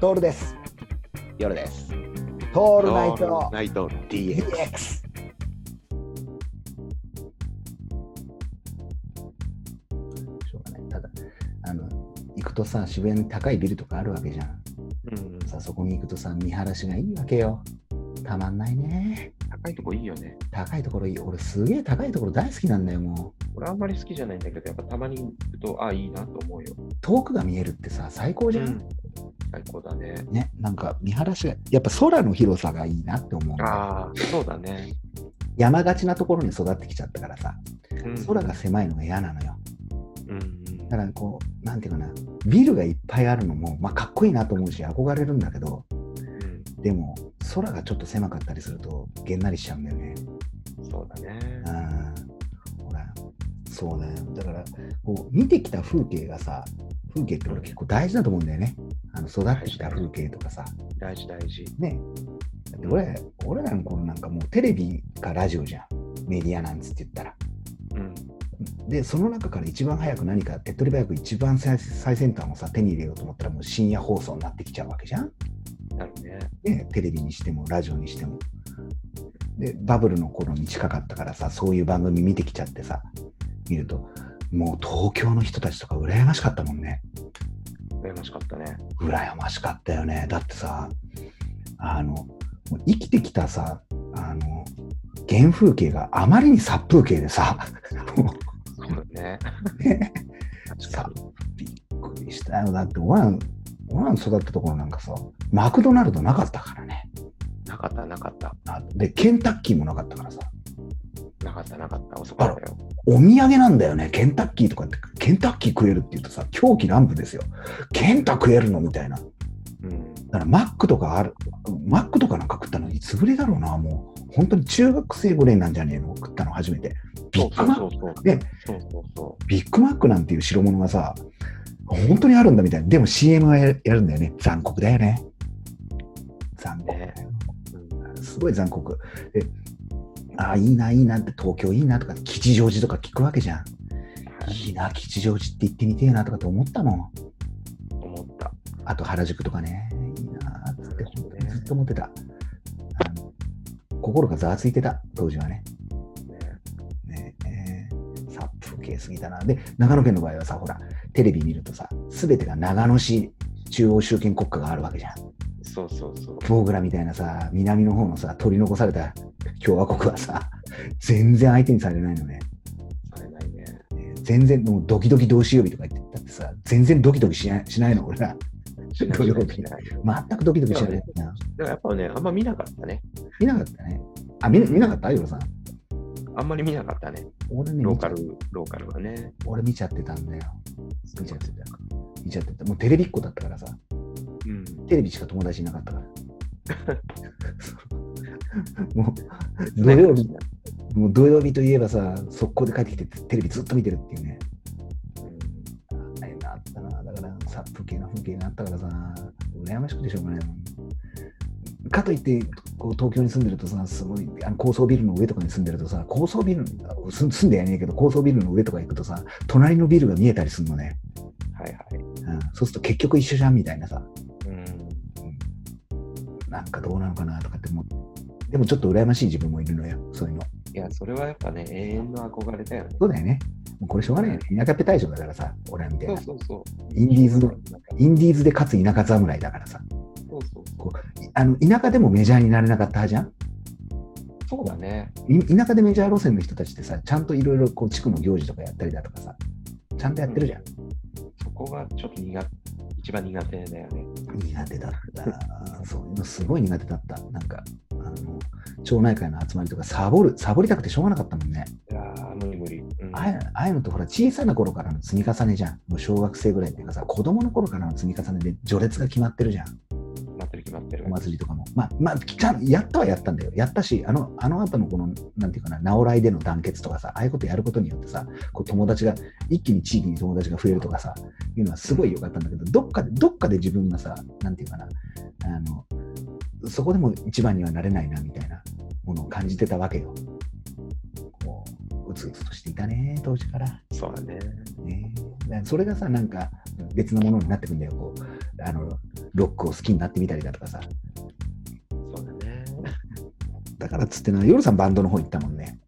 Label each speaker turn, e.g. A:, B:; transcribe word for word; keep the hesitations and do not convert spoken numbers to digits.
A: トールです。
B: 夜です。
A: トールナイト
B: ナイト ディーエックス。
A: しょうがない。ただあの行くとさ、渋谷に高いビルとかあるわけじゃん。うん、さそこに行くとさ、見晴らしがいいわけよ。たまんないね。
B: 高いとこいいよね。
A: 高いところいい。俺すげえ高いところ大好きなんだよ。もう
B: 俺あんまり好きじゃないんだけど、やっぱたまに行くと、あ、いいなと思うよ。
A: 遠くが見えるってさ、最高じゃん。うん、
B: 最高だね。
A: ね、なんか見晴らしが、やっぱ空の広さがいいなって思う。
B: ああ、そうだね。
A: 山がちなところに育ってきちゃったからさ、うん、空が狭いのが嫌なのよ。うんうん、だからこう、なんていうかな、ビルがいっぱいあるのも、まあ、かっこいいなと思うし、憧れるんだけど、うん、でも、空がちょっと狭かったりすると、げんなりしちゃうんだよね。
B: そうだね。
A: あ、ほら、そうだよ。だから、こう、見てきた風景がさ、風景って俺結構大事だと思うんだよね。あの育ってきた風景とかさ。
B: 大事大事。
A: ね。だって俺、俺らの頃なんかもうテレビかラジオじゃん。メディアなんつって言ったら。うん。で、その中から一番早く何か、手っ取り早く一番最先端をさ、手に入れようと思ったらもう深夜放送になってきちゃうわけじゃん。
B: なるね。
A: ね、テレビにしてもラジオにしても。で、バブルの頃に近かったからさ、そういう番組見てきちゃってさ、見ると、もう東京の人たちとか羨ましかったもんね。
B: 羨ましかったね。
A: 羨ましかったよね。だってさ、あの、生きてきたさ、あの、原風景があまりに殺風景でさ、
B: そうだね。
A: ね、さ、びっくりしたよ。だって俺ら、俺らの育ったところなんかさ、マクドナルドなかったからね。
B: なかったなかった。
A: で、ケンタッキーもなかったからさ。
B: なかったなかった。遅かったよ。
A: お土産なんだよね。ケンタッキーとかって、ケンタッキー食えるって言うとさ、狂気乱舞ですよ。ケンタ食えるのみたいな。うん、だからマックとかある、マックとかなんか食ったのいつぶりだろうな、もう。本当に中学生ぐらいなんじゃねえの食ったの初めて。ビッグマック。で、ビッグマックなんていう代物がさ、本当にあるんだみたいな。でも シーエム はやるんだよね。残酷だよね。残酷だよ。うん、すごい残酷。で、ああ、いいな、いいなって、東京いいなとか、吉祥寺とか聞くわけじゃん。いいな、吉祥寺って行ってみてえなとかって思ったもん。
B: 思った。
A: あと原宿とかね、いいなーってずっと思ってた。あの心がざわついてた、当時はね。ねえー、殺風景すぎたな。で、長野県の場合はさ、ほら、テレビ見るとさ、すべてが長野市中央集権国家があるわけじゃん。
B: そうそうそう。
A: ボーグラみたいなさ、南の方のさ、取り残された共和国はさ、全然相手にされないのね。
B: されないね。
A: 全然、もうドキドキ同士曜日とか言ってたってさ、全然ドキドキしない、しないの、俺ら。土曜日。全くドキドキしない。
B: でもやっぱね、あんま見なかったね。
A: 見なかったね。あ、見, 見なかったヨロさん。
B: あんまり見なかったね。俺ね、ローカル、ローカルはね。
A: 俺見ちゃってたんだよ。見ちゃってた。見ちゃってた。もうテレビっ子だったからさ。うん、テレビしか友達いなかったから。もう土曜日、もう土曜日といえばさ、速攻で帰ってきてテレビずっと見てるっていうね。うん、あれがあったな。だから殺風景な風景があったからさ、羨ましくてしょうがないもん。かといってこう東京に住んでるとさ、すごいあの高層ビルの上とかに住んでるとさ、高層ビル住んでやねえけど高層ビルの上とか行くとさ、隣のビルが見えたりするのね。
B: はいはい。
A: うん、そうすると結局一緒じゃんみたいなさ。なんかどうなのかなとかって思う。でもちょっと羨ましい自分もいるのよ、そういうの。
B: いや、それはやっぱね、永遠の憧れだよね。
A: そうだよね。もうこれしょうがないよね。田舎っぺ大将だからさ、俺らみたいな。
B: そうそうそう。
A: インディーズ、インディーズでかつ田舎侍だからさ。
B: そうそうそう。
A: こうあの田舎でもメジャーになれなかったじゃん。
B: そうだね。
A: 田舎でメジャー路線の人たちってさ、ちゃんといろいろ地区の行事とかやったりだとかさ、ちゃんとやってるじゃん。うん、
B: そこがちょっと苦手。一番苦手だよね。
A: 苦手だった。そういうのすごい苦手だった。なんか、あの、町内会の集まりとかサボる、サボりたくてしょうがなかったもんね。
B: いやー、無理無理。うん、
A: ああいうのとほら、小さな頃からの積み重ねじゃん。もう小学生ぐらいっていうかさ、子供の頃からの積み重ねで序列が決まってるじゃん。
B: 決まってる決まってる。
A: お祭りとかも。まあ、まあ、ちゃんやったはやったんだよ。やったし、あの、あの後のこの、なんていうかな、直来での団結とかさ、ああいうことやることによってさ、こう友達が、一気に地域に友達が増えるとかさ、いうのはすごい良かったんだけど、どっかで、どっかで自分がさ、なんていうかな、あの、そこでも一番にはなれないな、みたいなものを感じてたわけよ。こう、うつうつとしていたね、当時から。
B: そうだね。
A: ね、それがさ、なんか別のものになってくんだよ。こうあのロックを好きになってみたりだとかさ。
B: そうだね。
A: だからっつってな、夜さんバンドの方行ったもんね。